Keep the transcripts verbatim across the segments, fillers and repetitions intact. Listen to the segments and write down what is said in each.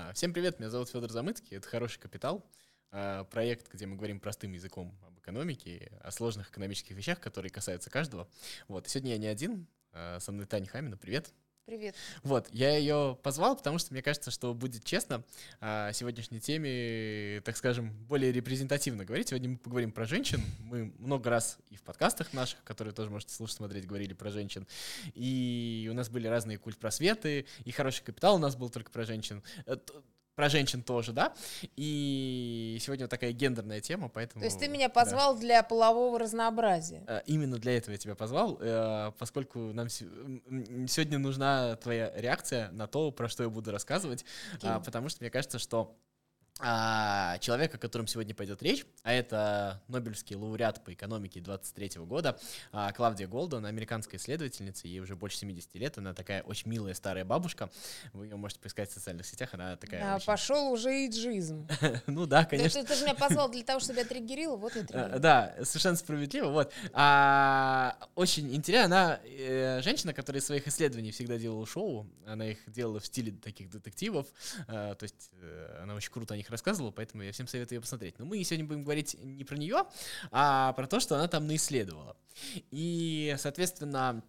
Всем привет, меня зовут Федор Замыцкий, это «Хороший капитал», проект, где мы говорим простым языком об экономике, о сложных экономических вещах, которые касаются каждого. Вот, сегодня я не один, со мной Таня Хамина, привет. Привет. Вот, я ее позвал, потому что мне кажется, что будет честно о сегодняшней теме, так скажем, более репрезентативно говорить. Сегодня мы поговорим про женщин. Мы много раз и в подкастах наших, которые тоже можете слушать, смотреть, говорили про женщин. И у нас были разные культпросветы, и «Хороший капитал» у нас был только про женщин. Про женщин тоже, да? И сегодня вот такая гендерная тема, поэтому... То есть ты меня позвал да. для полового разнообразия? Именно для этого я тебя позвал, поскольку нам сегодня нужна твоя реакция на то, про что я буду рассказывать, okay. потому что мне кажется, что человек, о котором сегодня пойдет речь, а это Нобелевский лауреат по экономике двадцать третьего года Клавдия Голден, американская исследовательница, ей уже больше семидесяти лет, она такая очень милая старая бабушка, вы ее можете поискать в социальных сетях, она такая а, очень... Пошел уже иджизм. Ну да, конечно. Ты, ты, ты же меня позвал для того, чтобы я триггерила, вот и триггерила. Да, совершенно справедливо, вот. А, очень интересно, она э, женщина, которая из своих исследований всегда делала шоу, она их делала в стиле таких детективов, э, то есть э, она очень круто о них рассказывала, поэтому я всем советую ее посмотреть. Но мы сегодня будем говорить не про нее, а про то, что она там наисследовала. И, соответственно,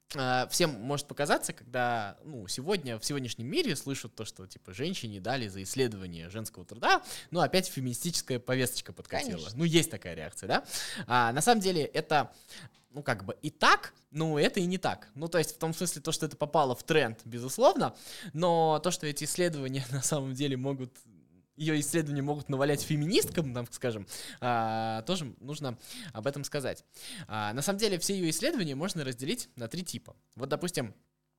всем может показаться, когда ну, сегодня в сегодняшнем мире слышат то, что типа женщине дали за исследование женского труда, ну опять феминистическая повесточка подкатила. Конечно. Ну есть такая реакция, да? А, на самом деле это ну как бы и так, но это и не так. Ну то есть в том смысле то, что это попало в тренд, безусловно, но то, что эти исследования на самом деле могут ее исследования могут навалять феминисткам, там, скажем, а, тоже нужно об этом сказать. А, на самом деле все ее исследования можно разделить на три типа. Вот, допустим,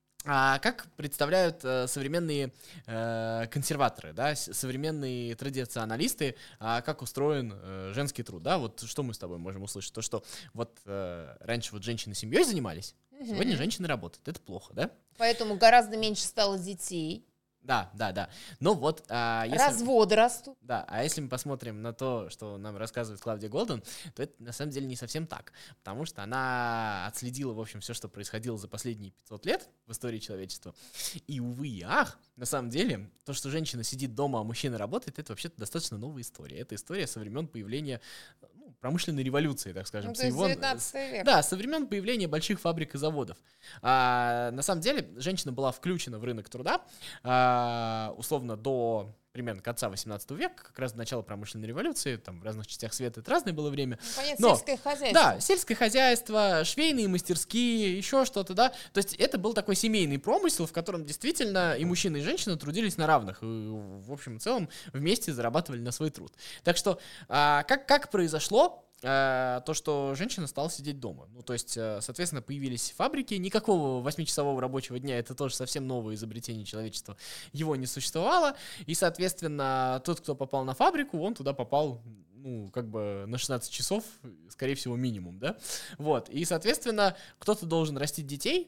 а как представляют э, современные э, консерваторы, да, современные традиционалисты, а как устроен э, женский труд, да, вот что мы с тобой можем услышать, то что вот э, раньше вот женщины семьей занимались, угу. Сегодня женщины работают, это плохо, да? Поэтому гораздо меньше стало детей. Да, да, да. Но вот... А, если, разводы растут. Да, а если мы посмотрим на то, что нам рассказывает Клавдия Голден, то это на самом деле не совсем так. Потому что она отследила, в общем, все, что происходило за последние пятьсот лет в истории человечества. И, увы и ах, на самом деле, то, что женщина сидит дома, а мужчина работает, это вообще-то достаточно новая история. Это история со времен появления ну, промышленной революции, так скажем. Ну, то есть девятнадцатый век. Да, со времен появления больших фабрик и заводов. А, на самом деле, женщина была включена в рынок труда, а, условно до примерно конца восемнадцатого века, как раз до начала промышленной революции, там в разных частях света это разное было время. Ну, понятно, но, сельское хозяйство. Да, сельское хозяйство, швейные мастерские, еще что-то, да. То есть это был такой семейный промысел, в котором действительно и мужчина, и женщина трудились на равных. И, в общем и целом вместе зарабатывали на свой труд. Так что а, как, как произошло то, что женщина стала сидеть дома. Ну, то есть, соответственно, появились фабрики, никакого восьмичасового рабочего дня, это тоже совсем новое изобретение человечества, его не существовало, и, соответственно, тот, кто попал на фабрику, он туда попал, ну, как бы на шестнадцать часов, скорее всего, минимум, да, вот, и, соответственно, кто-то должен растить детей,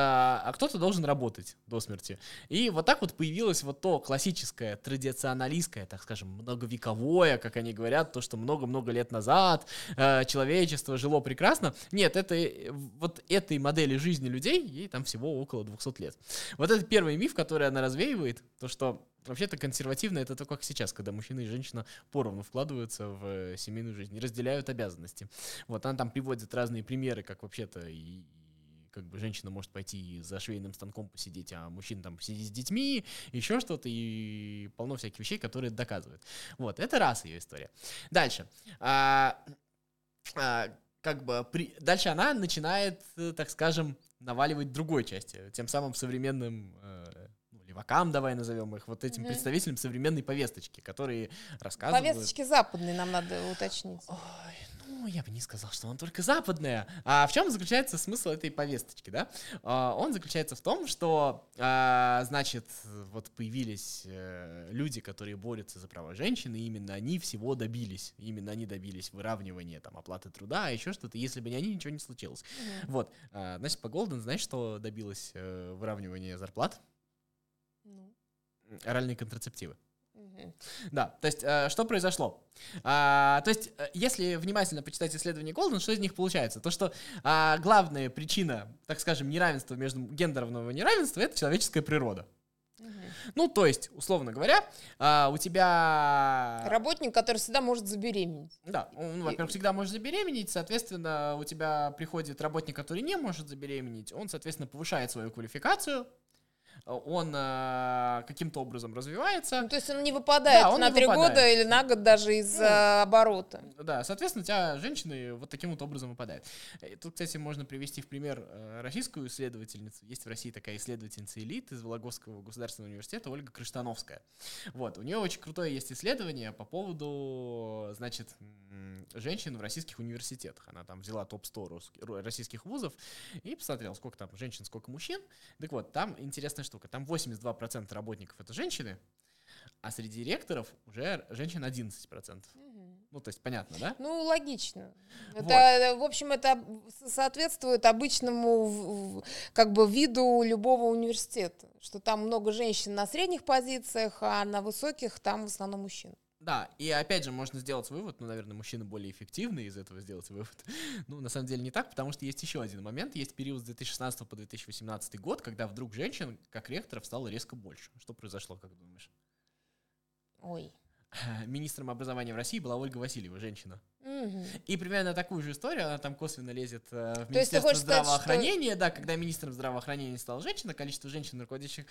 а кто-то должен работать до смерти. И вот так вот появилось вот то классическое, традиционалистское, так скажем, многовековое, как они говорят, то, что много-много лет назад э, человечество жило прекрасно. Нет, это, вот этой модели жизни людей, ей там всего около двухсот лет. Вот это первый миф, который она развеивает, то, что вообще-то консервативно это то, как сейчас, когда мужчина и женщина поровну вкладываются в семейную жизнь, разделяют обязанности. Вот она там приводит разные примеры, как вообще-то и как бы женщина может пойти за швейным станком посидеть, а мужчина там посидеть с детьми, еще что-то, и полно всяких вещей, которые это доказывают. Вот, это раз ее история. Дальше. А, а, как бы при... Дальше она начинает, так скажем, наваливать другой части, тем самым современным э, ну, левакам, давай назовем их, вот этим mm-hmm. представителям современной повесточки, которые рассказывают... Повесточки западные, нам надо уточнить. Ой, ну, я бы не сказал, что он только западная. А в чем заключается смысл этой повесточки, да? А, он заключается в том, что, а, значит, вот появились а, люди, которые борются за права женщин, и именно они всего добились. Именно они добились выравнивания там, оплаты труда, а еще что-то. Если бы не они, ничего не случилось. Mm-hmm. Вот. А, значит, по Голден, знаешь, что добилось а, выравнивания зарплат? Mm-hmm. Оральные контрацептивы. Угу. Да, то есть, э, что произошло? А, то есть, э, если внимательно почитать исследования Голден, что из них получается? То, что а, главная причина, так скажем, неравенства между гендерного неравенства — это человеческая природа. Угу. Ну, то есть, условно говоря, а, у тебя... Работник, который всегда может забеременеть. Да, он, во-первых, всегда может забеременеть, соответственно, у тебя приходит работник, который не может забеременеть, он, соответственно, повышает свою квалификацию, он э, каким-то образом развивается. Ну, то есть он не выпадает да, он на не три выпадает. года или на год даже из ну, оборота. Да, соответственно, у тебя женщины вот таким вот образом выпадают. И тут, кстати, можно привести в пример российскую исследовательницу. Есть в России такая исследовательница элит из Вологодского государственного университета Ольга Крыштановская. Вот, у нее очень крутое есть исследование по поводу, значит, женщин в российских университетах. Она там взяла топ сто российских вузов и посмотрела, сколько там женщин, сколько мужчин. Так вот, там интересная штука. Там восемьдесят два процента работников — это женщины, а среди ректоров уже женщин одиннадцать процентов. Угу. Ну, то есть, понятно, да? Ну, логично. Вот. Это, в общем, это соответствует обычному как бы виду любого университета, что там много женщин на средних позициях, а на высоких там в основном мужчин. Да, и опять же можно сделать вывод, ну, наверное, мужчины более эффективны из этого сделать вывод. Ну, на самом деле не так, потому что есть еще один момент. Есть период с две тысячи шестнадцатого по две тысячи восемнадцатый год, когда вдруг женщин, как ректоров, стало резко больше. Что произошло, как думаешь? Ой. Министром образования в России была Ольга Васильева, женщина. Угу. И примерно такую же историю, она там косвенно лезет э, в То Министерство здравоохранения. Сказать, что... Да, когда министром здравоохранения стала женщина, количество женщин на руководящих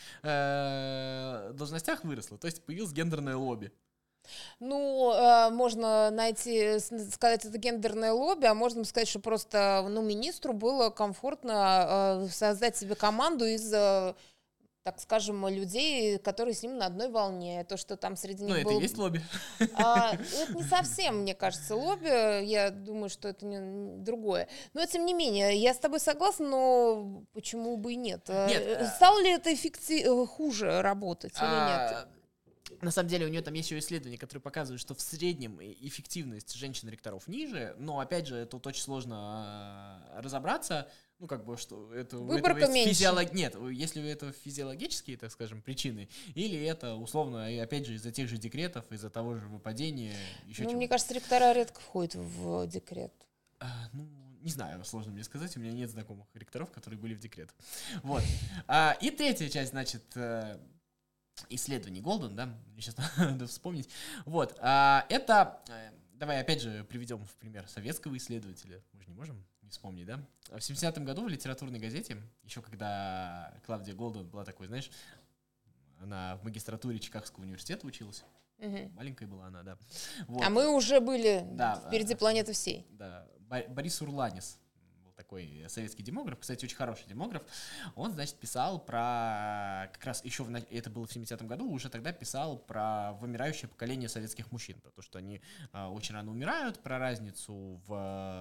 э, должностях выросло. То есть появилось гендерное лобби. Ну, э, можно найти, сказать, это гендерное лобби, а можно сказать, что просто, ну, министру было комфортно э, создать себе команду из, э, так скажем, людей, которые с ним на одной волне. То, что там среди них Ну, было... это и есть лобби. А, это не совсем, мне кажется, лобби. Я думаю, что это не, другое. Но, тем не менее, я с тобой согласна, но почему бы и нет? Нет. Стало ли это эффектив... хуже работать или а... нет? На самом деле у нее там есть еще исследования, которые показывают, что в среднем эффективность женщин-ректоров ниже, но, опять же, тут очень сложно разобраться, ну, как бы, что это... Выборка меньше. Физиолог... Нет, если это физиологические, так скажем, причины, или это, условно, и опять же, из-за тех же декретов, из-за того же выпадения, еще Ну, чего-то. мне кажется, ректора редко входят в декрет. А, ну, не знаю, сложно мне сказать, у меня нет знакомых ректоров, которые были в декрет. Вот. А, и третья часть, значит... исследований Голден, да, сейчас надо вспомнить. Вот, а, это, давай опять же приведем в пример советского исследователя, мы же не можем не вспомнить, да. В семидесятом году в литературной газете, еще когда Клавдия Голден была такой, знаешь, она в магистратуре Чикагского университета училась, угу. Маленькая была она, да. Вот. А мы уже были да, впереди планеты всей. Да, Борис Урланис. Такой советский демограф, кстати, очень хороший демограф, он, значит, писал про, как раз еще, в, это было в семидесятом году, уже тогда писал про вымирающее поколение советских мужчин, про то, что они э, очень рано умирают, про разницу в,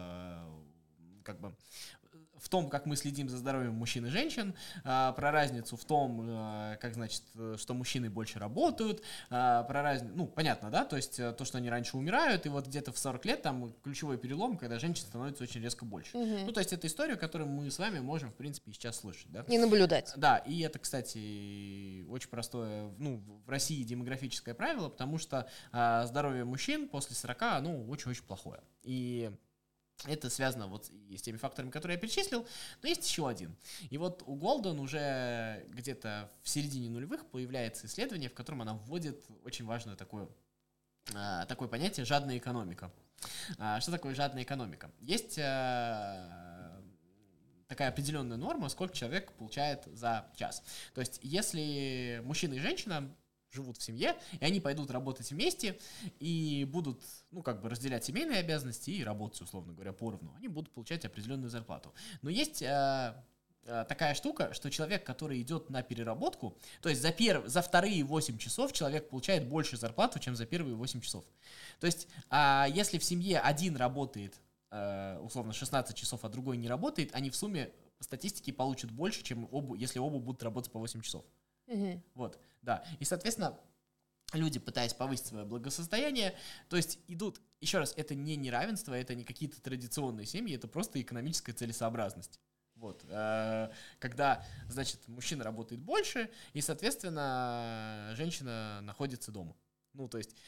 э, как бы, в том, как мы следим за здоровьем мужчин и женщин, э, про разницу в том, э, как, значит, что мужчины больше работают, э, про разницу, ну, понятно, да, то есть э, то, что они раньше умирают, и вот где-то в сорок лет там ключевой перелом, когда женщин становится очень резко больше. Угу. Ну, то есть это история, которую мы с вами можем, в принципе, сейчас слышать, да. И наблюдать. Да, и это, кстати, очень простое, ну, в России демографическое правило, потому что э, здоровье мужчин после сорока, ну, очень-очень плохое. И... это связано вот и с теми факторами, которые я перечислил, но есть еще один. И вот у Голден уже где-то в середине нулевых появляется исследование, в котором она вводит очень важное такое, а, такое понятие «жадная экономика». А, что такое жадная экономика? Есть а, такая определенная норма, сколько человек получает за час. То есть если мужчина и женщина живут в семье, и они пойдут работать вместе и будут, ну, как бы разделять семейные обязанности и работать, условно говоря, поровну. Они будут получать определенную зарплату. Но есть э, э, такая штука, что человек, который идет на переработку, то есть за, перв... за вторые восемь часов человек получает больше зарплату, чем за первые восемь часов. То есть э, если в семье один работает, э, условно, шестнадцать часов, а другой не работает, они в сумме по статистике получат больше, чем оба, если оба будут работать по восемь часов. Угу. Вот, да. И, соответственно, люди, пытаясь повысить свое благосостояние, то есть идут, еще раз, это не неравенство, это не какие-то традиционные семьи, это просто экономическая целесообразность. Вот, когда, значит, мужчина работает больше, и, соответственно, женщина находится дома. Ну, то есть,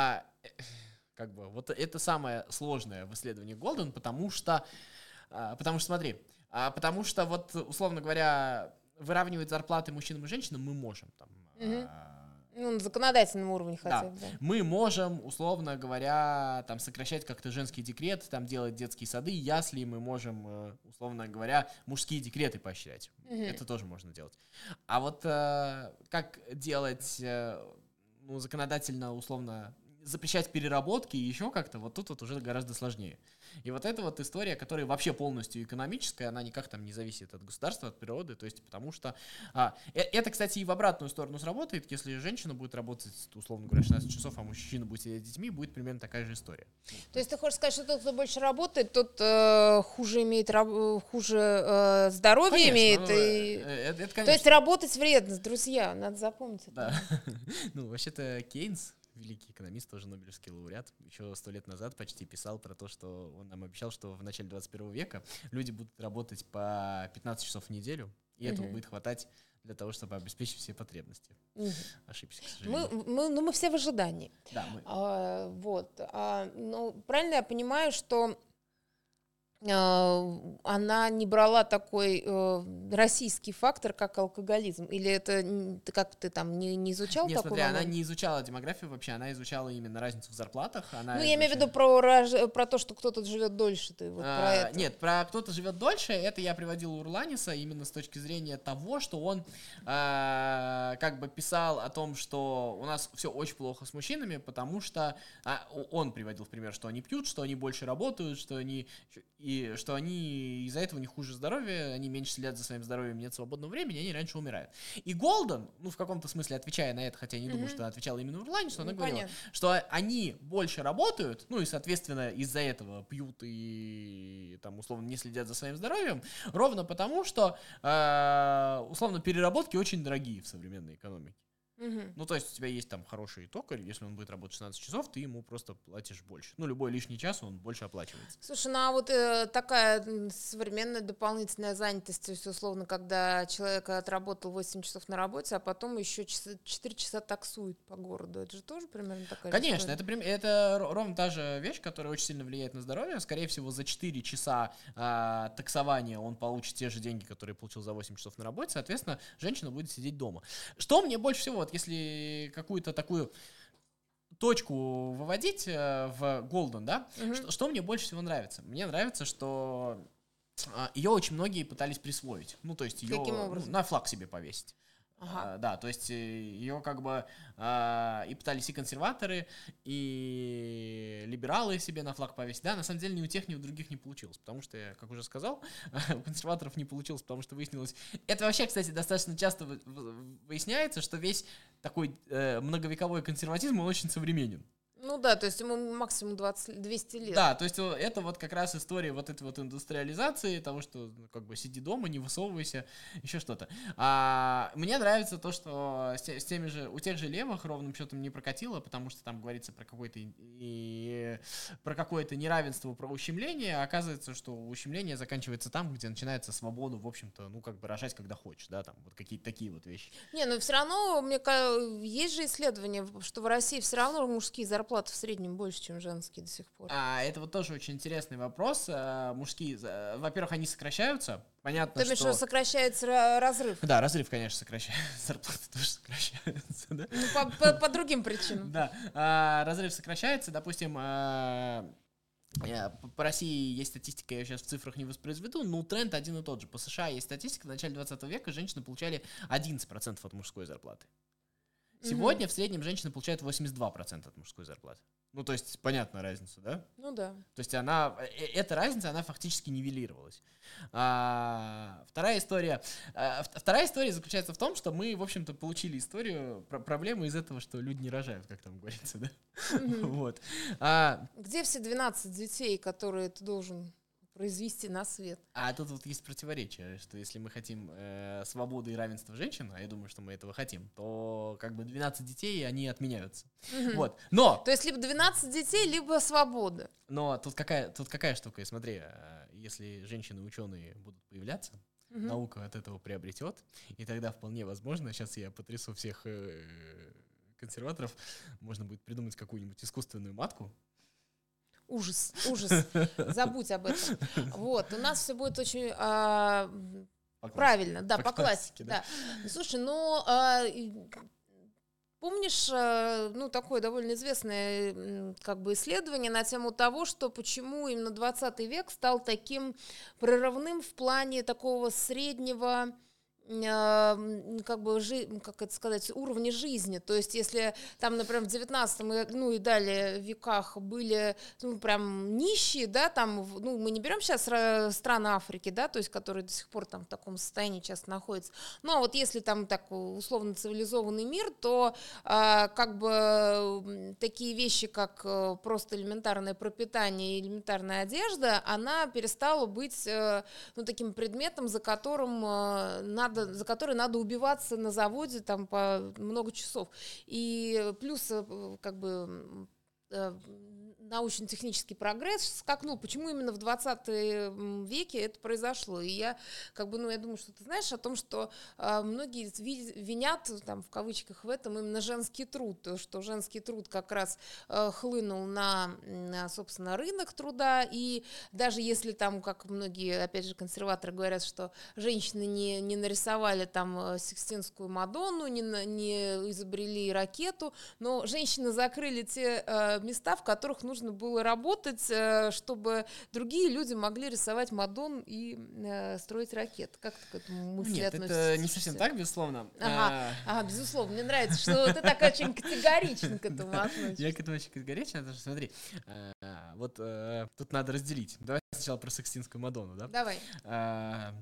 как бы, вот это самое сложное в исследовании Голден, потому что, потому что, смотри, потому что, вот, условно говоря, выравнивать зарплаты мужчинам и женщинам мы можем. Там, Угу. Ну, на законодательном уровне хотя бы. Да. Да. Мы можем, условно говоря, там, сокращать как-то женский декрет, там, делать детские сады, ясли, мы можем, условно говоря, мужские декреты поощрять. Mm-hmm. Это тоже можно делать. А вот э, как делать, э, ну, законодательно, условно, запрещать переработки и еще как-то, вот тут вот уже гораздо сложнее. И вот эта вот история, которая вообще полностью экономическая, она никак там не зависит от государства, от природы, то есть потому что... А, это, кстати, и в обратную сторону сработает, если женщина будет работать, условно говоря, шестнадцать часов, а мужчина будет сидеть с детьми, будет примерно такая же история. То есть ты хочешь сказать, что тот, кто больше работает, тот э, хуже имеет, раб- хуже э, здоровье конечно, имеет? Ну, и... это, это, то есть работать вредно, друзья, надо запомнить это. Да. Ну, вообще-то Кейнс, великий экономист, тоже Нобелевский лауреат, еще сто лет назад почти писал про то, что он нам обещал, что в начале двадцать первого века люди будут работать по пятнадцать часов в неделю, и этого uh-huh. будет хватать для того, чтобы обеспечить все потребности. Uh-huh. Ошибся, к сожалению. Мы, мы, ну, мы все в ожидании. Да, мы. А, вот. А, ну, правильно я понимаю, что она не брала такой э, российский фактор, как алкоголизм? Или это, как ты там не, не изучал Нет, такой смотри, момент? Она не изучала демографию вообще, она изучала именно разницу в зарплатах. Она ну, изучала... я имею в виду про, про то, что кто-то живет дольше. Ты вот а, про это. Нет, про кто-то живет дольше, это я приводил Урланиса именно с точки зрения того, что он а, как бы писал о том, что у нас все очень плохо с мужчинами, потому что а, он приводил в пример, что они пьют, что они больше работают, что они... И что они из-за этого у них хуже здоровье, они меньше следят за своим здоровьем, нет свободного времени, они раньше умирают. И Голден, ну, в каком-то смысле отвечая на это, хотя я не mm-hmm. думаю, что она отвечала именно Урланису, ну, она говорила, понятно. Что они больше работают, ну, и, соответственно, из-за этого пьют и, там, условно, не следят за своим здоровьем, ровно потому, что, э, условно, переработки очень дорогие в современной экономике. Угу. Ну, то есть у тебя есть там хороший токарь, если он будет работать шестнадцать часов, ты ему просто платишь больше. Ну, любой лишний час, он больше оплачивается. Слушай, ну а вот э, такая современная дополнительная занятость, то есть, условно, когда человек отработал восемь часов на работе, а потом еще четыре часа таксует по городу, это же тоже примерно такая Конечно, это, это ровно та же вещь, которая очень сильно влияет на здоровье. Скорее всего, за четыре часа э, таксования он получит те же деньги, которые получил за восемь часов на работе, соответственно, женщина будет сидеть дома. Что мне больше всего, вот если какую-то такую точку выводить э, в Голден, да, mm-hmm. что, что мне больше всего нравится? Мне нравится, что э, ее очень многие пытались присвоить. Ну, то есть ее ну, на флаг себе повесить. Ага. А, да, то есть ее как бы а, и пытались и консерваторы, и либералы себе на флаг повесить. Да, на самом деле ни у тех, ни у других не получилось, потому что, я, как уже сказал, у консерваторов не получилось, потому что выяснилось... Это вообще, кстати, достаточно часто выясняется, что весь такой э, многовековой консерватизм, он очень современен. Ну да, то есть ему максимум двадцать, двести лет. Да, то есть это вот как раз история вот этой вот индустриализации, того, что ну, как бы сиди дома, не высовывайся, еще что-то. А, мне нравится то, что с, с теми же, у тех же левых ровным счетом не прокатило, потому что там говорится про какое-то, и, и, про какое-то неравенство, про ущемление, а оказывается, что ущемление заканчивается там, где начинается свобода, в общем-то, ну как бы рожать, когда хочешь, да, там вот какие-то такие вот вещи. Не, ну все равно, мне кажется, есть же исследования, что в России все равно мужские зарплаты в среднем больше, чем женские до сих пор. А, это вот тоже очень интересный вопрос. А, мужские, а, во-первых, они сокращаются. Понятно, Ты имеешь, что... что сокращается разрыв? Да, разрыв, конечно, сокращается. Зарплаты тоже сокращаются, да? Ну, по, по, по другим причинам. Да, а, разрыв сокращается. Допустим, а, по России есть статистика, я ее сейчас в цифрах не воспроизведу, но тренд один и тот же. По США есть статистика, в начале двадцатого века женщины получали одиннадцать процентов от мужской зарплаты. Сегодня mm-hmm. в среднем женщина получает восемьдесят два процента от мужской зарплаты. Ну, то есть, понятна разница, да? Ну да. То есть, она, эта разница, она фактически нивелировалась. А, вторая история, а, вторая история заключается в том, что мы, в общем-то, получили историю, про проблему из этого, что люди не рожают, как там говорится, да? Mm-hmm. Вот. А, Где все двенадцать детей, которые ты должен... произвести на свет. А тут вот есть противоречие, что если мы хотим э, свободы и равенства женщин, а я думаю, что мы этого хотим, то как бы двенадцать детей, они отменяются. Mm-hmm. Вот. Но... То есть либо двенадцать детей, либо свобода. Но тут какая, тут какая штука, смотри, если женщины-ученые будут появляться, mm-hmm. наука от этого приобретет, и тогда вполне возможно, сейчас я потрясу всех э, консерваторов, можно будет придумать какую-нибудь искусственную матку. Ужас, ужас. Забудь об этом. Вот, у нас все будет очень а, по правильно, да, по, по классике. классике да. Да. Слушай, ну, а, Помнишь, э, ну, такое довольно известное м, как бы исследование на тему того, что почему именно двадцатый век стал таким прорывным в плане такого среднего а, м, как бы, жи- как это сказать, уровня жизни. То есть, если там, например, в девятнадцатом, и, ну и далее веках были, ну, прям нищие, да, там, в- ну, мы не берем сейчас страны Африки, да, то есть, которые до сих пор там в таком состоянии часто находятся. Ну, а вот если там так условно цивилизованный мир, то а, как бы м, такие вещи, как э, просто элементарное пропитание и элементарная одежда, она перестала быть э, ну, таким предметом, за которым э, надо, за который надо убиваться на заводе там по много часов. И плюс э, как бы м, э, научно-технический прогресс скакнул. Почему именно в двадцатом веке это произошло? И я, как бы, ну, я думаю, что ты знаешь о том, что а, многие ви- винят, там, в кавычках, в этом именно женский труд, то, что женский труд как раз э, хлынул на, на, собственно, рынок труда, и даже если там, как многие, опять же, консерваторы говорят, что женщины не, не нарисовали там э, Сикстинскую Мадонну, не, на- не изобрели ракету, но женщины закрыли те э, места, в которых нужно было работать, э, чтобы другие люди могли рисовать Мадон и э, строить ракеты. Как ты к этому Ну мысли нет, это не относишься? совсем так, безусловно. Ага, А, ага, безусловно, мне нравится, что ты так очень категорично к этому да, относишься. я к этому очень категорично, потому что смотри, а, вот э, тут надо разделить. Давай сначала про Сикстинскую Мадонну, да? Давай. А,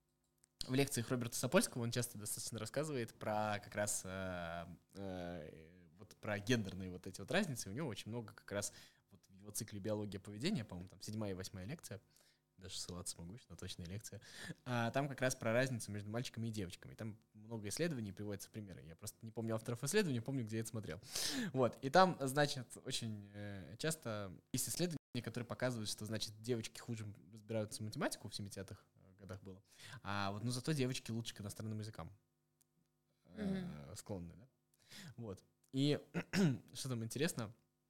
В лекциях Роберта Сапольского он часто достаточно рассказывает про как раз э, э, вот про гендерные вот эти вот разницы. У него очень много как раз вот в его цикле «Биология поведения», по-моему, там седьмая и восьмая лекция, даже ссылаться могу, что точная лекция. А там как раз про разницу между мальчиками и девочками. Там много исследований приводятся примеры. Я просто не помню авторов исследований, помню, где я это смотрел. Вот. И там, значит, очень э, часто есть исследования, которые показывают, что, значит, девочки хуже разбираются в математику в семидесятых годах было. А вот, ну, зато девочки лучше к иностранным языкам Мгм. э, склонны, да? Вот. И что там интересно,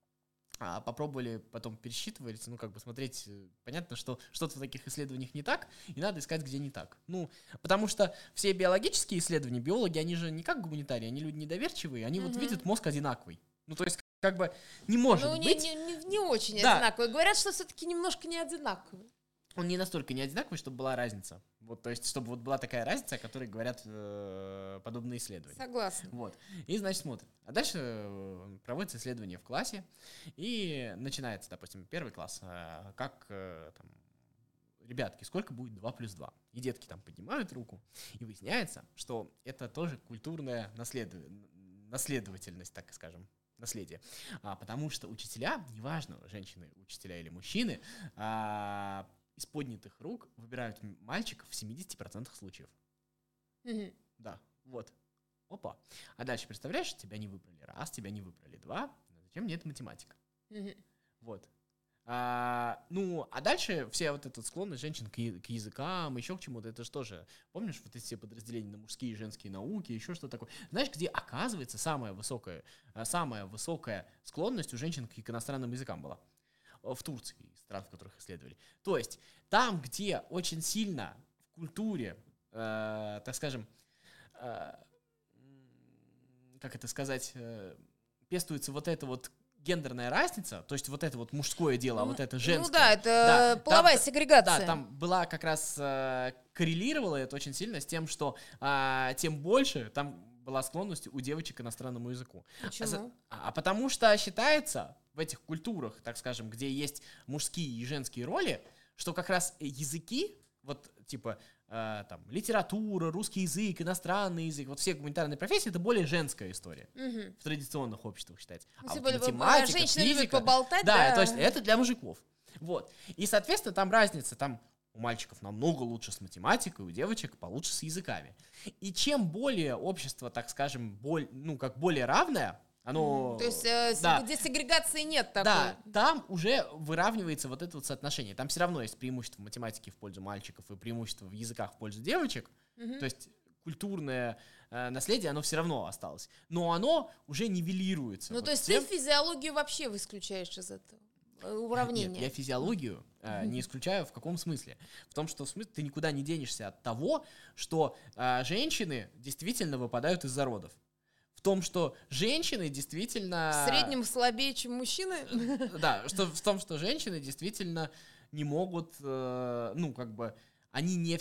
а, попробовали потом пересчитывать, ну, как бы смотреть, э, понятно, что что-то в таких исследованиях не так, и надо искать, где не так. Ну, потому что все биологические исследования, биологи, они же не как гуманитарии, они люди недоверчивые, они вот Мгм. видят мозг одинаковый. Ну, то есть, как бы, не может Ну, не, быть, не, не, не очень да, одинаковые. Говорят, что все-таки немножко не одинаковые. он не настолько не одинаковый, чтобы была разница. Вот, то есть, чтобы вот была такая разница, о которой говорят э, подобные исследования. Согласна. Вот. И, значит, смотрим. А дальше э, проводится исследование в классе, и начинается, допустим, первый класс. э, Как э, там, ребятки, сколько будет два плюс два? И детки там поднимают руку, и выясняется, что это тоже культурная наслед... наследовательность, так скажем, наследие. А, потому что учителя, неважно, женщины, учителя или мужчины, а, из поднятых рук выбирают м- мальчиков в семидесяти процентах случаев. Мгм. Да, вот. Опа. А дальше, представляешь, тебя не выбрали раз, тебя не выбрали два. Зачем мне эта математика? Мгм. Вот. А, ну, а дальше все вот этот склонность женщин к, я- к языкам, еще к чему-то, это же тоже, помнишь, вот эти все подразделения на мужские и женские науки, еще что-то такое. Знаешь, где, оказывается, самая высокая, а, самая высокая склонность у женщин к, к иностранным языкам была? В Турции, из стран, в которых исследовали. То есть там, где очень сильно в культуре, э, так скажем, э, м, как это сказать, э, пестуется вот эта вот гендерная разница, то есть вот это вот мужское дело, а вот это женское. Ну да, это Да, половая там- сегрегация. Да, там была как раз э, коррелировала это очень сильно с тем, что а, тем больше там была склонность у девочек к иностранному языку. А, за- Почему? а потому что считается в этих культурах, так скажем, где есть мужские и женские роли, что как раз языки, вот типа э, там литература, русский язык, иностранный язык, вот все гуманитарные профессии, это более женская история. Мгм. В традиционных обществах считается. Ну, А тем вот более, а математика, женщины любят физика, поболтать, да, да. то есть это для мужиков. Вот. И, соответственно, там разница, там у мальчиков намного лучше с математикой, у девочек получше с языками. И чем более общество, так скажем, боль, ну, как более равное, оно... То есть, э, да, где сегрегации нет такой. да, там уже выравнивается вот это вот соотношение. Там все равно есть преимущество в математике в пользу мальчиков и преимущество в языках в пользу девочек. Мгм. То есть культурное э, наследие, оно все равно осталось. Но оно уже нивелируется. Ну, вот то есть тем- ты физиологию вообще исключаешь из этого э, уравнения. Нет, я физиологию э, не исключаю в каком смысле? В том, что в смысле ты никуда не денешься от того, что э, женщины действительно выпадают из зародов. В том, что женщины действительно... В среднем слабее, чем мужчины? Да, что, в том, что женщины действительно не могут, э, ну, как бы, они не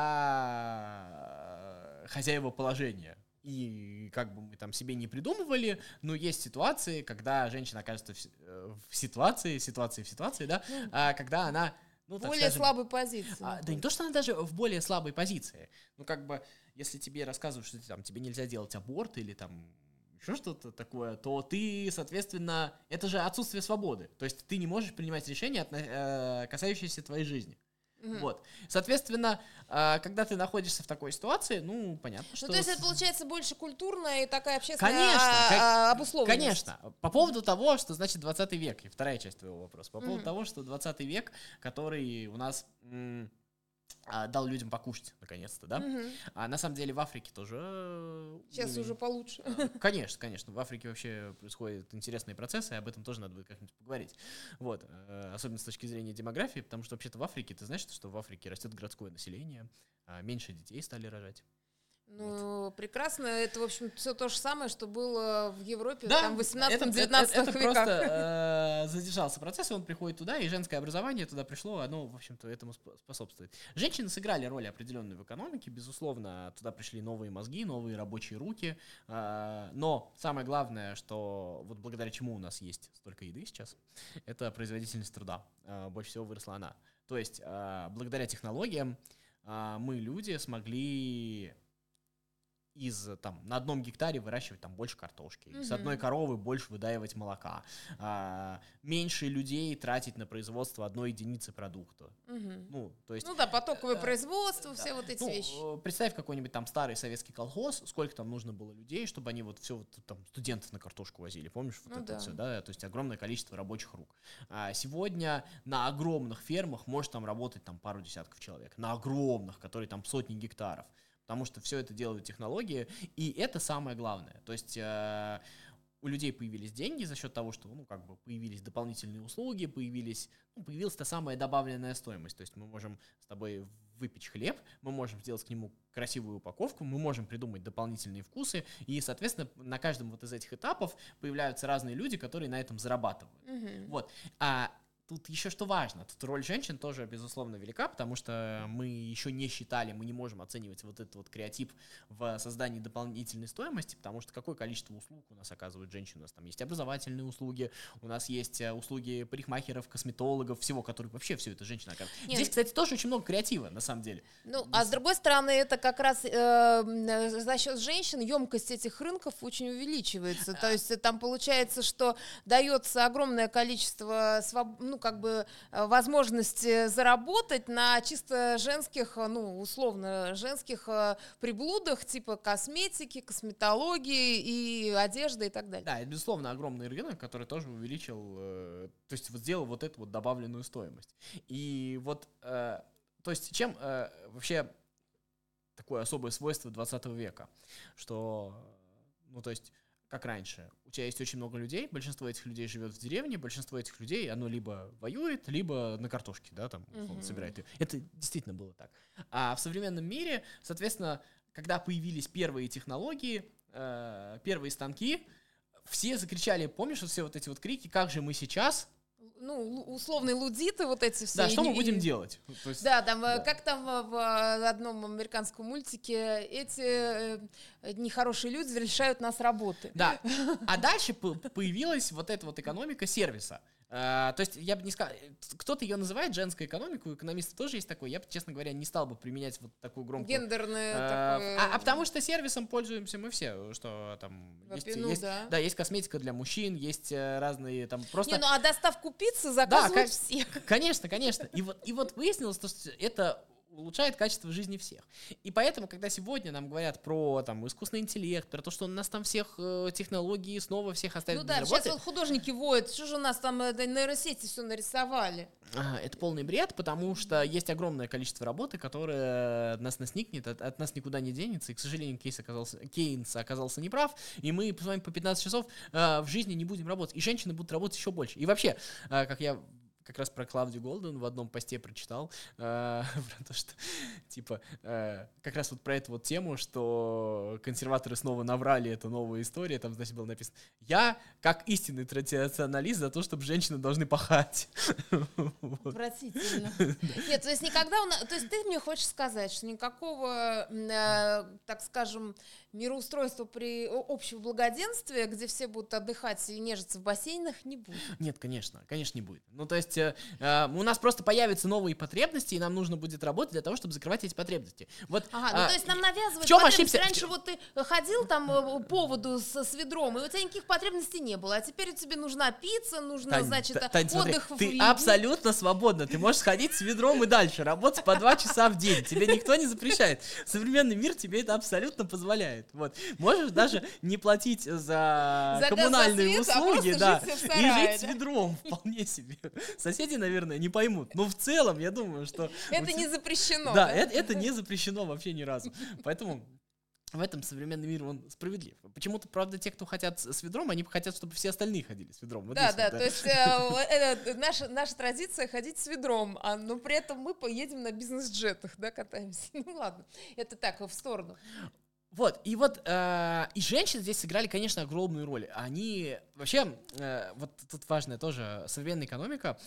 всегда хозяева положения. И как бы мы там себе не придумывали, но есть ситуации, когда женщина окажется в, в ситуации, ситуации в ситуации, да, а, когда она... Ну, так более скажем, слабой позиции. А, да не то, что она даже в более слабой позиции. Ну, как бы, если тебе рассказывают, что там, тебе нельзя делать аборт или там еще что-то такое, то ты, соответственно, это же отсутствие свободы. То есть ты не можешь принимать решения, отно- э, касающиеся твоей жизни. Мгм. Вот. Соответственно, э, когда ты находишься в такой ситуации, ну, понятно, что... Ну, то есть это с- получается больше культурная и такая общественная Конечно, а- ка- а- обусловленность. Конечно. По поводу того, что значит двадцатый век, и вторая часть твоего вопроса, по поводу Мгм. того, что двадцатый век, который у нас м, а, дал людям покушать, наконец-то, да? Мгм. А на самом деле в Африке тоже... э, Сейчас были- уже получше. э, Конечно, конечно. В Африке вообще происходят интересные процессы, и об этом тоже надо будет как-нибудь поговорить. Вот. э, Особенно с точки зрения демографии, потому что вообще-то в Африке, ты знаешь, что в Африке растет городское население, а меньше детей стали рожать. Ну, прекрасно. Это, в общем, все то же самое, что было в Европе Да, там в это, это, восемнадцатом-девятнадцатом это веках. просто э, задержался процесс, и он приходит туда, и женское образование туда пришло, оно, в общем-то, этому сп- способствует. Женщины сыграли роль определенную в экономике, безусловно, туда пришли новые мозги, новые рабочие руки, э, но самое главное, что вот благодаря чему у нас есть столько еды сейчас, это производительность труда. Э, больше всего выросла она. То есть, э, благодаря технологиям э, мы, люди, смогли... из там на одном гектаре выращивать там больше картошки, Мгм. с одной коровы больше выдаивать молока, а, меньше людей тратить на производство одной единицы продукта. Мгм. Ну, то есть, Ну да, потоковое э, производство, да. все вот эти ну, вещи. э, представь какой-нибудь там старый советский колхоз, сколько там нужно было людей, чтобы они вот все вот там студентов на картошку возили, помнишь вот Ну это да. все, да, то есть огромное количество рабочих рук. А сегодня на огромных фермах может там работать там пару десятков человек, на огромных, которые там сотни гектаров. Потому что все это делают технологии, и это самое главное. То есть э, у людей появились деньги за счет того, что, ну, как бы появились дополнительные услуги, появились, ну, появилась та самая добавленная стоимость. То есть мы можем с тобой выпечь хлеб, мы можем сделать к нему красивую упаковку, мы можем придумать дополнительные вкусы, и, соответственно, на каждом вот из этих этапов появляются разные люди, которые на этом зарабатывают. Мгм. Вот. А тут еще что важно, тут роль женщин тоже, безусловно, велика, потому что мы еще не считали, мы не можем оценивать вот этот вот креатив в создании дополнительной стоимости, потому что какое количество услуг у нас оказывают женщины. У нас там есть образовательные услуги, у нас есть э, услуги парикмахеров, косметологов, всего, которые вообще все это женщины оказывают. Нет. Здесь, кстати, тоже очень много креатива, на самом деле. Ну, а с другой стороны, это как раз э, м, за счет женщин емкость этих рынков очень увеличивается. То есть э, там получается, что дается огромное количество своб- ну, как бы э, возможности заработать на чисто женских, э, ну, условно, женских э, приблудах, типа косметики, косметологии и одежды и так далее. Да, это, безусловно, огромный рынок, который тоже увеличил, э, то есть вот сделал вот эту вот добавленную стоимость. И вот, э, то есть чем э, вообще такое особое свойство двадцатого века, что, ну, то есть, как раньше, у тебя есть очень много людей, большинство этих людей живет в деревне, большинство этих людей, оно либо воюет, либо на картошке, да, там, условно, Мгм. собирает ее. Это действительно было так. А в современном мире, соответственно, когда появились первые технологии, э, первые станки, все закричали, помнишь, вот все вот эти вот крики, как же мы сейчас, Ну, лу- условные лудиты вот эти все. да, что и- мы будем и- делать? То есть, Да, там, э, да. как там э, в э, одном американском мультике, эти э, нехорошие люди лишают нас работы. Да. А дальше по- появилась вот эта вот экономика сервиса. А, то есть я бы не сказал, кто-то ее называет женской экономикой, у экономистов тоже есть такое. Я бы, честно говоря, не стал бы применять вот такую громкую. Гендерное А, такое. а, а потому что сервисом пользуемся мы все, что там есть, Во-первых, ну есть- да. да, есть косметика для мужчин, есть э, разные там просто. Не, ну а доставку пиццы заказывают кон- все. Конечно, конечно. И вот, и вот выяснилось, то, что это улучшает качество жизни всех. И поэтому, когда сегодня нам говорят про там, искусственный интеллект, про то, что у нас там всех э, технологии снова всех оставят Ну без да, работы, сейчас вот художники воют, что же у нас там э, нейросети все нарисовали. а, это полный бред, потому что есть огромное количество работы, которое от нас насникнет, от, от нас никуда не денется, и, к сожалению, Кейс оказался, Кейнс оказался неправ, и мы с вами по пятнадцать часов э, в жизни не будем работать, и женщины будут работать еще больше. И вообще, э, как я как раз про Клавдию Голден в одном посте прочитал, э, про то, что, типа, э, как раз вот про эту вот тему, что консерваторы снова наврали, это новая история, там, значит, было написано: я, как истинный традиционалист, за то, чтобы женщины должны пахать. Отвратительно. Нет, то есть никогда у нас, то есть ты мне хочешь сказать, что никакого, э, так скажем, мироустройства при общем благоденствии, где все будут отдыхать и нежиться в бассейнах, не будет. Нет, конечно, конечно не будет. Ну, то есть э, э, у нас просто появятся новые потребности, и нам нужно будет работать для того, чтобы закрывать эти потребности. Вот, ага, а, ну то есть нам навязывают в чем потребности. ошибся? Раньше вот ты ходил там э, по воду с, с ведром, и у тебя никаких потребностей не было, а теперь тебе нужна пицца, нужно, Тань, значит, Та- Тань, смотри, отдых в ты Риге. абсолютно свободна, ты можешь сходить с ведром и дальше, работать по два часа в день, тебе никто не запрещает. Современный мир тебе это абсолютно позволяет. Вот. Можешь даже не платить за, За коммунальные газ, за свет, а услуги, просто да, жить в и сарае, жить с да? ведром вполне себе. Соседи, наверное, не поймут, но в целом я думаю, что... Это у те- не запрещено. Да, Да, это, это не запрещено вообще ни разу. Поэтому в этом современный мир, он справедлив. Почему-то, правда, те, кто хотят с с ведром, они хотят, чтобы все остальные ходили с ведром. Вот Да, здесь да, вот, то есть э, это наша, наша традиция ходить с ведром, а, но при этом мы поедем на бизнес-джетах, да, катаемся. Ну ладно, это так, в сторону. Вот, и вот, э, и женщины здесь сыграли, конечно, огромную роль. Они, вообще, э, вот тут важная тоже современная экономика.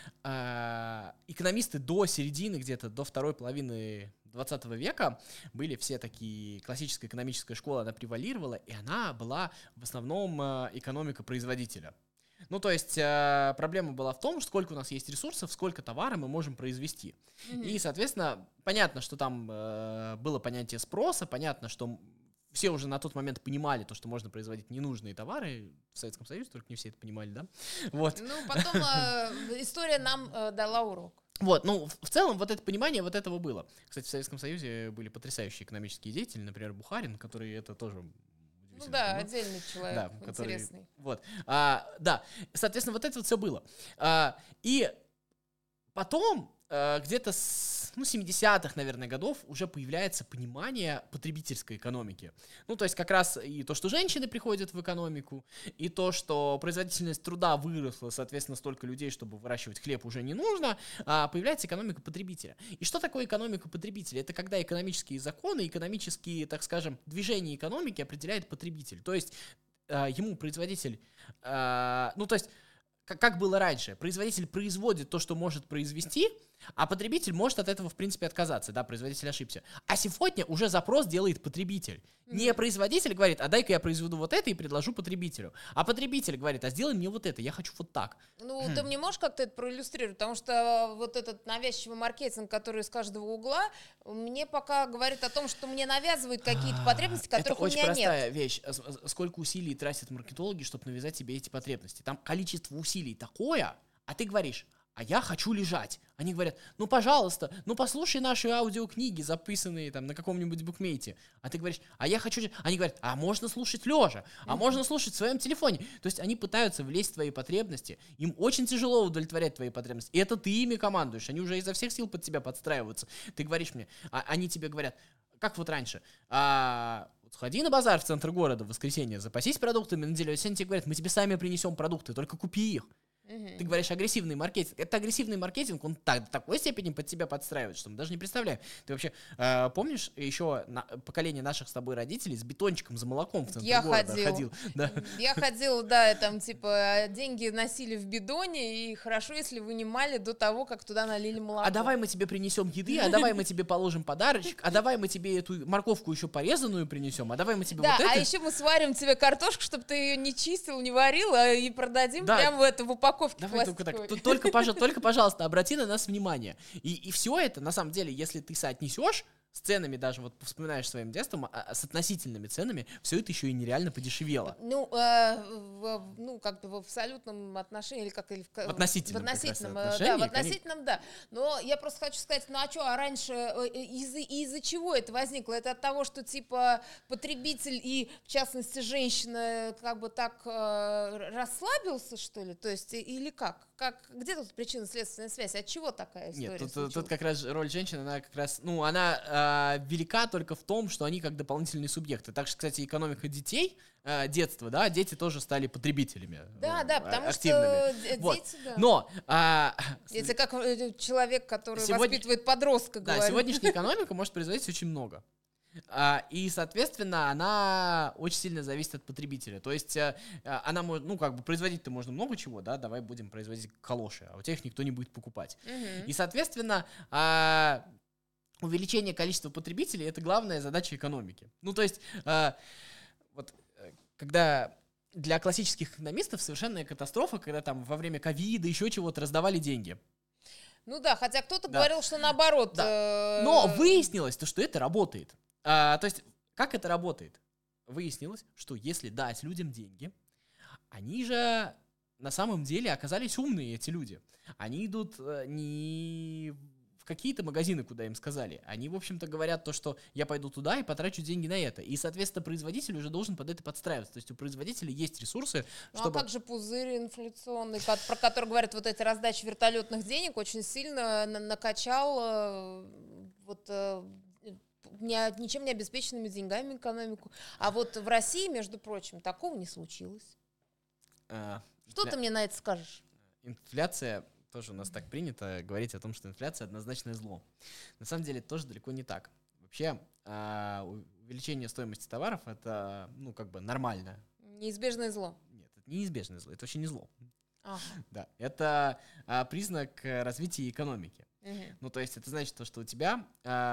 Э, экономисты до середины, где-то до второй половины двадцатого века были все такие, классическая экономическая школа, она превалировала, и она была в основном э, экономика производителя. Ну, то есть э, проблема была в том, сколько у нас есть ресурсов, сколько товара мы можем произвести. Mm-hmm. И, соответственно, понятно, что там э, было понятие спроса, понятно, что все уже на тот момент понимали то, что можно производить ненужные товары. В Советском Союзе только не все это понимали, да? Вот. Ну, потом э, история нам э, дала урок. Вот, ну, в, в целом вот это понимание вот этого было. Кстати, в Советском Союзе были потрясающие экономические деятели, например, Бухарин, который это тоже... Ну да, отдельный человек, да, который, интересный. Вот, а, да, соответственно, вот это вот все было. А, и потом, а, где-то с ну, семидесятых, наверное, годов уже появляется понимание потребительской экономики. Ну, то есть как раз и то, что женщины приходят в экономику, и то, что производительность труда выросла, соответственно, столько людей, чтобы выращивать хлеб, уже не нужно, а появляется экономика потребителя. И что такое экономика потребителя? Это когда экономические законы, экономические, так скажем, движения экономики определяет потребитель. То есть э, ему производитель, э, ну, то есть как, как было раньше, производитель производит то, что может произвести, а потребитель может от этого, в принципе, отказаться, да, производитель ошибся. А сегодня уже запрос делает потребитель. Mm-hmm. Не производитель говорит: а дай-ка я произведу вот это и предложу потребителю. А потребитель говорит: а сделай мне вот это, я хочу вот так. Ну, mm. ты мне можешь как-то это проиллюстрировать? Потому что вот этот навязчивый маркетинг, который из каждого угла, мне пока говорит о том, что мне навязывают какие-то потребности, которых у меня нет. Это очень простая вещь. Сколько усилий тратят маркетологи, чтобы навязать себе эти потребности? Там количество усилий такое, а ты говоришь: а я хочу лежать. Они говорят: ну, пожалуйста, ну, послушай наши аудиокниги, записанные там на каком-нибудь букмейте. А ты говоришь: а я хочу... Они говорят: а можно слушать лежа, а можно слушать в своем телефоне. То есть они пытаются влезть в твои потребности, им очень тяжело удовлетворять твои потребности. И это ты ими командуешь, они уже изо всех сил под тебя подстраиваются. Ты говоришь мне, а они тебе говорят, как вот раньше, а... сходи на базар в центр города в воскресенье, запасись продуктами на неделю. Сегодня тебе говорят: мы тебе сами принесем продукты, только купи их. Uh-huh. Ты говоришь агрессивный маркетинг. Это агрессивный маркетинг, он так, до такой степени под тебя подстраивает, что мы даже не представляем. Ты вообще э, помнишь еще на, поколение наших с тобой родителей с бетончиком за молоком в центр я города ходил. ходил? Да. Я ходила, да, там типа деньги носили в бидоне, и хорошо, если вынимали до того, как туда налили молоко. А давай мы тебе принесем еды, а давай мы тебе положим подарочек, а давай мы тебе эту морковку еще порезанную принесем, а давай мы тебе да, вот это... а еще мы сварим тебе картошку, чтобы ты ее не чистил, не варил, а и продадим да. прямо в это в упаковке. Давай только так, только, пожалуйста, только, пожалуйста, обрати на нас внимание. И, и все это, на самом деле, если ты соотнесешь с ценами, даже вот вспоминаешь своим детством, а, а с относительными ценами, все это еще и нереально подешевело. Ну, э, в, ну как-то в абсолютном отношении, или как или в, в относительном, в относительном, отношении, да, в относительном, да. Но я просто хочу сказать, ну а что, а раньше из-за, из-за чего это возникло? Это от того, что типа потребитель и, в частности, женщина как бы так э, расслабился, что ли? То есть, или как? как, где тут причинно-следственная связь? От чего такая история Нет, тут, случилась? тут как раз роль женщины, она как раз, ну, она э, велика только в том, что они как дополнительные субъекты. Так что, кстати, экономика детей, э, детства, да, дети тоже стали потребителями. Да, ну, да, потому активными. что Вот. дети, да. Но... А, Если как человек, который Сегодня... воспитывает подростка, да, говорит. сегодняшняя экономика может производить очень много. А, и, соответственно, она очень сильно зависит от потребителя. То есть а, она может, ну, как бы производить-то можно много чего, да, давай будем производить калоши, а у тех никто не будет покупать. Мгм. И, соответственно, а, увеличение количества потребителей — это главная задача экономики. Ну, то есть, а, вот, э, когда для классических экономистов совершенная катастрофа, когда там во время ковида, еще чего-то раздавали деньги. Ну да, хотя кто-то Да. говорил, что наоборот. Да. э, Но выяснилось, то, что это работает. А, то есть, как это работает? Выяснилось, что если дать людям деньги, они же на самом деле оказались умные, эти люди. Они идут э, не в какие-то магазины, куда им сказали. Они, в общем-то, говорят то, что я пойду туда и потрачу деньги на это. И, соответственно, производитель уже должен под это подстраиваться. То есть у производителя есть ресурсы, Ну чтобы... а как же пузырь инфляционный, ко- про который говорят, вот эти раздачи вертолетных денег очень сильно на- накачал э, вот э, не- ничем не обеспеченными деньгами экономику. А вот в России, между прочим, такого не случилось. э, Что инфля- ты мне на это скажешь? Инфляция, тоже у нас так принято говорить о том, что инфляция — однозначное зло. На самом деле это тоже далеко не так. Вообще, а, у- увеличение стоимости товаров — это, ну, как бы нормально. Неизбежное зло. Нет, это неизбежное зло, это вообще не зло. Ага. Да, это а, признак э, развития экономики. Мгм. Ну, то есть это значит, то, что у тебя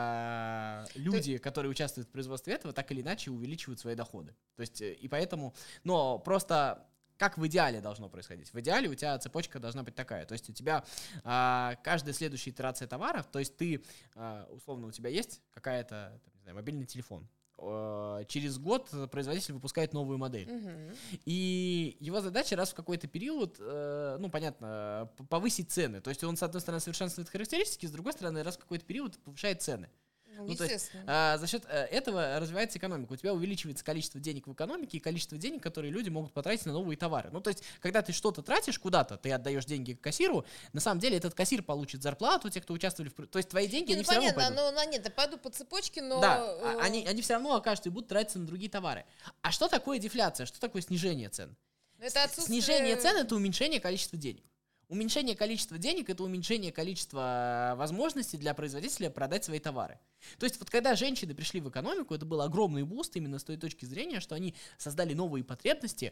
а, люди, которые участвуют в производстве этого, так или иначе увеличивают свои доходы. То есть, э, и поэтому, но просто как в идеале должно происходить? В идеале у тебя цепочка должна быть такая. То есть у тебя а, каждая следующая итерация товаров, то есть ты, а, условно, у тебя есть какая-то, там, не знаю, мобильный телефон. Э, Через год производитель выпускает новую модель. Мгм. И его задача раз в какой-то период, э, ну, понятно, п- повысить цены. То есть он, с одной стороны, совершенствует характеристики, с другой стороны, раз в какой-то период повышает цены. Ну, Ну, то есть, естественно. А, за счет э, этого развивается экономика. У тебя увеличивается количество денег в экономике и количество денег, которые люди могут потратить на новые товары. Ну, то есть, когда ты что-то тратишь куда-то, ты отдаешь деньги кассиру, на самом деле этот кассир получит зарплату, те, кто участвовали в... пр- То есть, твои деньги, Не, они ну, все равно понятно, пойдут. но, но нет, я пойду по цепочке, но... Да, э, а- они, они все равно окажутся и будут тратиться на другие товары. А что такое дефляция? Что такое снижение цен? это отсутствие- Снижение цен — это уменьшение количества денег. Уменьшение количества денег — это уменьшение количества возможностей для производителя продать свои товары. То есть вот когда женщины пришли в экономику, это был огромный буст именно с той точки зрения, что они создали новые потребности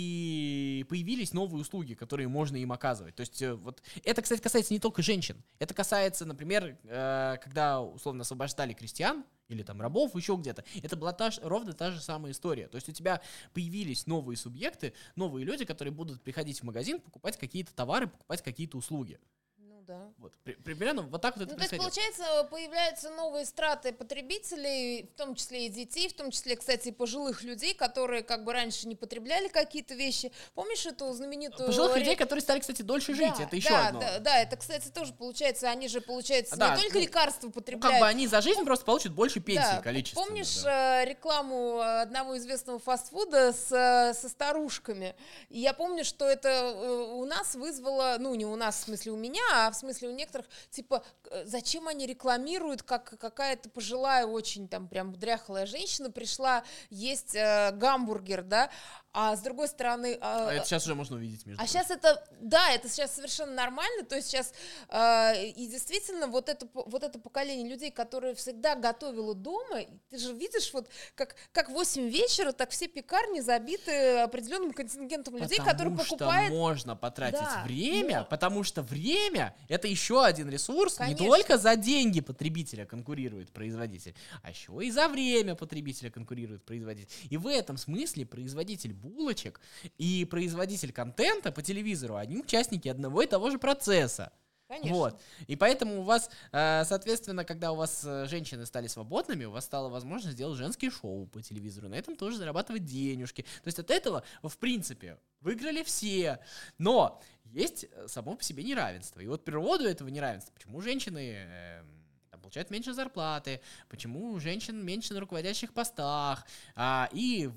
и появились новые услуги, которые можно им оказывать. То есть э, вот это, кстати, касается не только женщин. Это касается, например, э, когда условно освобождали крестьян или там рабов, еще где-то. Это была та ж- ровно та же самая история. То есть у тебя появились новые субъекты, новые люди, которые будут приходить в магазин, покупать какие-то товары, покупать какие-то услуги. Ну да. Вот. При- примерно вот так вот это Ну, то есть, происходило. получается, появляются новые страты потребителей, в том числе и детей, в том числе, кстати, и пожилых людей, которые как бы раньше не потребляли какие-то вещи. Помнишь эту знаменитую... Пожилых ре- людей, которые стали, кстати, дольше жить, Да, это еще да, одно. Да, да, это, кстати, тоже получается, они же, получается, Да, не только ну, лекарства Ну, потребляют. как бы они за жизнь просто получат больше пенсии Да, количественно. помнишь да. э, рекламу одного известного фастфуда с, э, со старушками? И я помню, что это э, у нас вызвало, ну не у нас, в смысле у меня, а в смысле у некоторых, типа, э, зачем они рекламируют, как какая-то пожилая, очень там прям дряхлая женщина пришла есть э, гамбургер, да, а с другой стороны... А это сейчас уже можно увидеть, между А прочим. сейчас это, да, это сейчас совершенно нормально, то есть сейчас, э, и действительно, вот это, по- вот это поколение людей, которые всегда готовило дома, и ты же видишь, вот как, как в восемь вечера, так все пекарни забиты определенным контингентом людей, Потому которые что покупают... можно потратить Да, время, но- потому что время — это еще один ресурс, Конечно. не только за деньги потребителя конкурирует производитель, а еще и за время потребителя конкурирует производитель. И в этом смысле производитель булочек и производитель контента по телевизору — они участники одного и того же процесса. Конечно. Вот. И поэтому у вас, э, соответственно, когда у вас э, женщины стали свободными, у вас стала возможность сделать женские шоу по телевизору, на этом тоже зарабатывать денежки. То есть от этого, в принципе, выиграли все. Но есть э, само по себе неравенство. И вот природу этого неравенства, почему женщины э, там получают меньше зарплаты, почему у женщин меньше на руководящих постах, а, и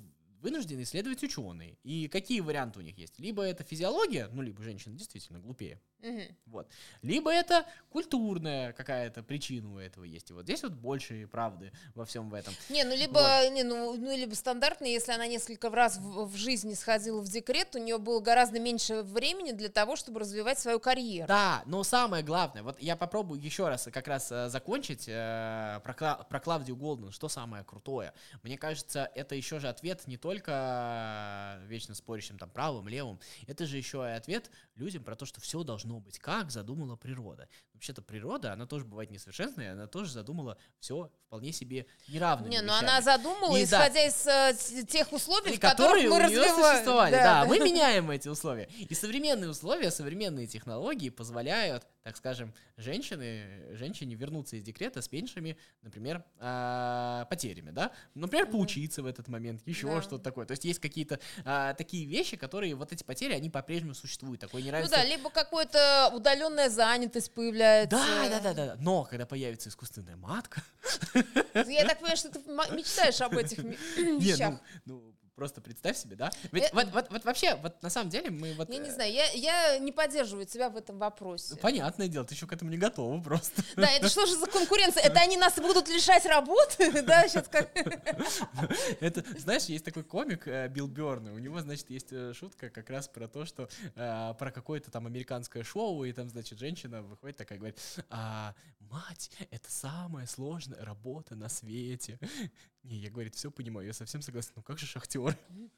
вынуждены исследовать ученые. И какие варианты у них есть? Либо это физиология, ну, либо женщина действительно глупее. Мгм. Вот. Либо это культурная какая-то причина у этого есть. И вот здесь вот больше правды во всем в этом. Не, ну либо, не, ну, ну, либо стандартно, если она несколько раз в, в жизни сходила в декрет, у нее было гораздо меньше времени для того, чтобы развивать свою карьеру. Да, но самое главное, вот я попробую еще раз как раз э, закончить э, про, Кла- про Клавдию Голдман, что самое крутое. Мне кажется, это еще же ответ не только э, вечно спорящим там правым, левым, это же еще и ответ людям про то, что все должно быть, как задумала природа. Вообще-то природа, она тоже бывает несовершенная, она тоже задумала все вполне себе неравными Не, ну вещами. она задумала, И исходя да, из э, т- тех условий, и в которых которые мы у нее развиваем. существовали. Да, Да, да. мы меняем эти условия. И современные условия, современные технологии позволяют, так скажем, женщины, женщине вернуться из декрета с меньшими, например, а, потерями, да? Например, поучиться в этот момент, еще Да. что-то такое. То есть есть какие-то а, такие вещи, которые, вот эти потери, они по-прежнему существуют. Такое Ну неравенство. да, либо какая-то удаленная занятость появляется. Да, да, да, да. Но когда появится искусственная матка, Я так понимаю, что ты м- мечтаешь об этих ми- не, вещах. ну, ну, просто представь себе, да? Ведь Э, вот, вот, вот вообще, вот на самом деле мы вот... Я не э, знаю, я, я не поддерживаю тебя в этом вопросе. Понятное дело, ты еще к этому не готова просто. Да, это что же за конкуренция? Это они нас будут лишать работы? Да, сейчас как... Это, знаешь, есть такой комик э, Билл Бёрн, у него, значит, есть э, шутка как раз про то, что э, про какое-то там американское шоу, и там, значит, женщина выходит такая, говорит, а, мать, это самая сложная работа на свете. Не, я, говорит, все понимаю, я совсем согласен, ну как же шахтер?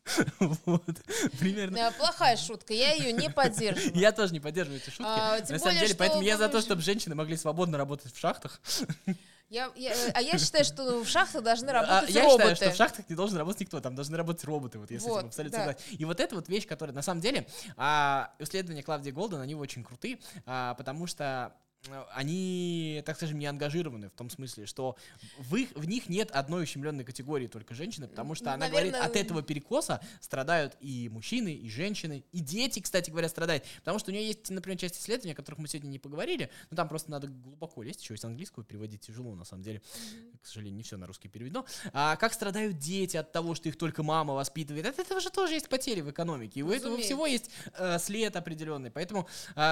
Вот, примерно. Э, Плохая шутка, я ее не поддерживаю. Я тоже не поддерживаю эти шутки, А, тем на самом более, деле, что поэтому я за то, мы же- чтобы женщины могли свободно работать в шахтах. Я, я- а я считаю, что в шахтах должны А, работать я роботы. считаю, что в шахтах не должен работать никто, там должны работать роботы, вот я с Вот, этим абсолютно да. согласен. И вот это вот вещь, которая, на самом деле, а, исследования Клавдии Голден, они очень крутые, а, потому что а, они, так скажем, не ангажированы в том смысле, что в, их, в них нет одной ущемленной категории только женщины, потому что Ну, она наверное, говорит, от этого перекоса страдают и мужчины, и женщины, и дети, кстати говоря, страдают. Потому что у нее есть, например, часть исследований, о которых мы сегодня не поговорили, но там просто надо глубоко лезть, еще из английского переводить тяжело, на самом деле. К сожалению, не все на русский переведено. А как страдают дети от того, что их только мама воспитывает. От этого же тоже есть потери в экономике. И у этого Разумеется. всего есть э, след определенный. Поэтому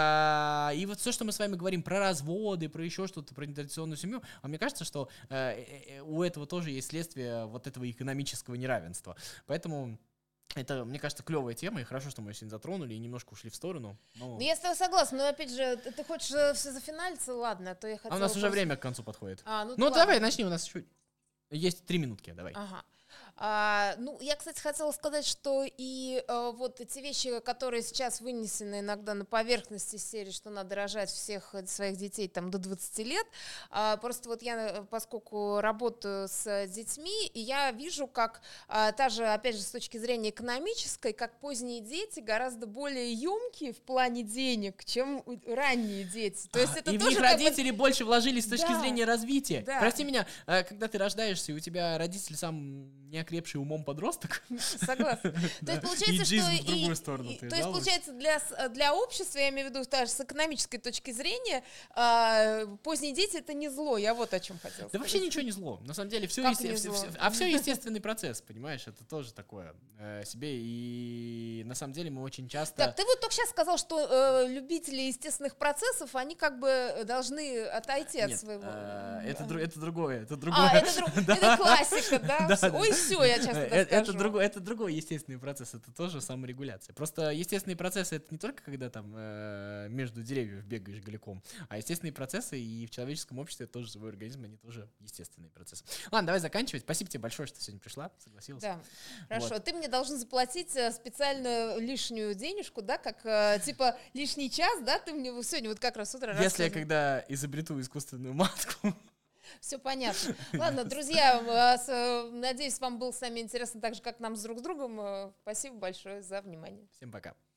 а, и вот все, что мы с вами говорим про разводы, про еще что-то, про нетрадиционную семью, а мне кажется, что э, э, у этого тоже есть следствие вот этого экономического неравенства. Поэтому это, мне кажется, клевая тема, и хорошо, что мы ее сегодня затронули и немножко ушли в сторону. Но... Ну, я с тобой согласна, но опять же, ты, ты хочешь э, все зафиналиться, ладно, а то я хотела... А у нас уже просто- время к концу подходит. А, ну, Ну, ладно. давай, начни, у нас еще есть три минутки, давай. Ага. А, ну, я, кстати, хотела сказать, что и э, вот эти вещи, которые сейчас вынесены иногда на поверхности серии, что надо рожать всех своих детей там до двадцати лет, а, просто вот я, э, поскольку работаю с детьми, и я вижу, как а, та же, опять же, с точки зрения экономической, как поздние дети гораздо более емкие в плане денег, чем у- ранние дети. То есть А, это и в тоже них как бы- родители больше вложились с точки Да. зрения развития. Да. Прости меня, э, когда ты рождаешься, и у тебя родитель сам не окрепший умом подросток. Согласна. То Да. есть получается, И жизнь что в другую и- сторону и- ты то есть жалуешься. получается для с- для общества, я имею в виду даже с экономической точки зрения, а, поздние дети это не зло. Я вот о чем хотела. Да вообще ничего не зло. На самом деле, все, Как не зло? а все естественный процесс, понимаешь? Это тоже такое э, себе. И на самом деле мы очень часто... Так, ты вот только сейчас сказал, что э, любители естественных процессов, они как бы должны отойти от Нет, своего. э, это, дру- это другое, это другое. А, это, друг- Да. это классика, да? Да, да. Ой, все, я часто Э, Это, скажу. другой, это другой естественный процесс, это тоже саморегуляция. Просто естественные процессы это не только когда там э, между деревьев бегаешь голиком, а естественные процессы и в человеческом обществе тоже живой организм, они тоже естественные процессы. Ладно, давай заканчивать. Спасибо тебе большое, что сегодня пришла, согласилась. Да, хорошо. Вот. Ты мне должен заплатить э, специальную лишнюю денежку, да, как э, типа лишний час, да, ты мне вот сегодня вот как раз с утра Если я рассказывал. когда изобрету искусственную матку. Все понятно. Ладно, друзья, э, с, э, надеюсь, вам было с нами интересно так же, как нам с друг с другом. Э, Спасибо большое за внимание. Всем пока.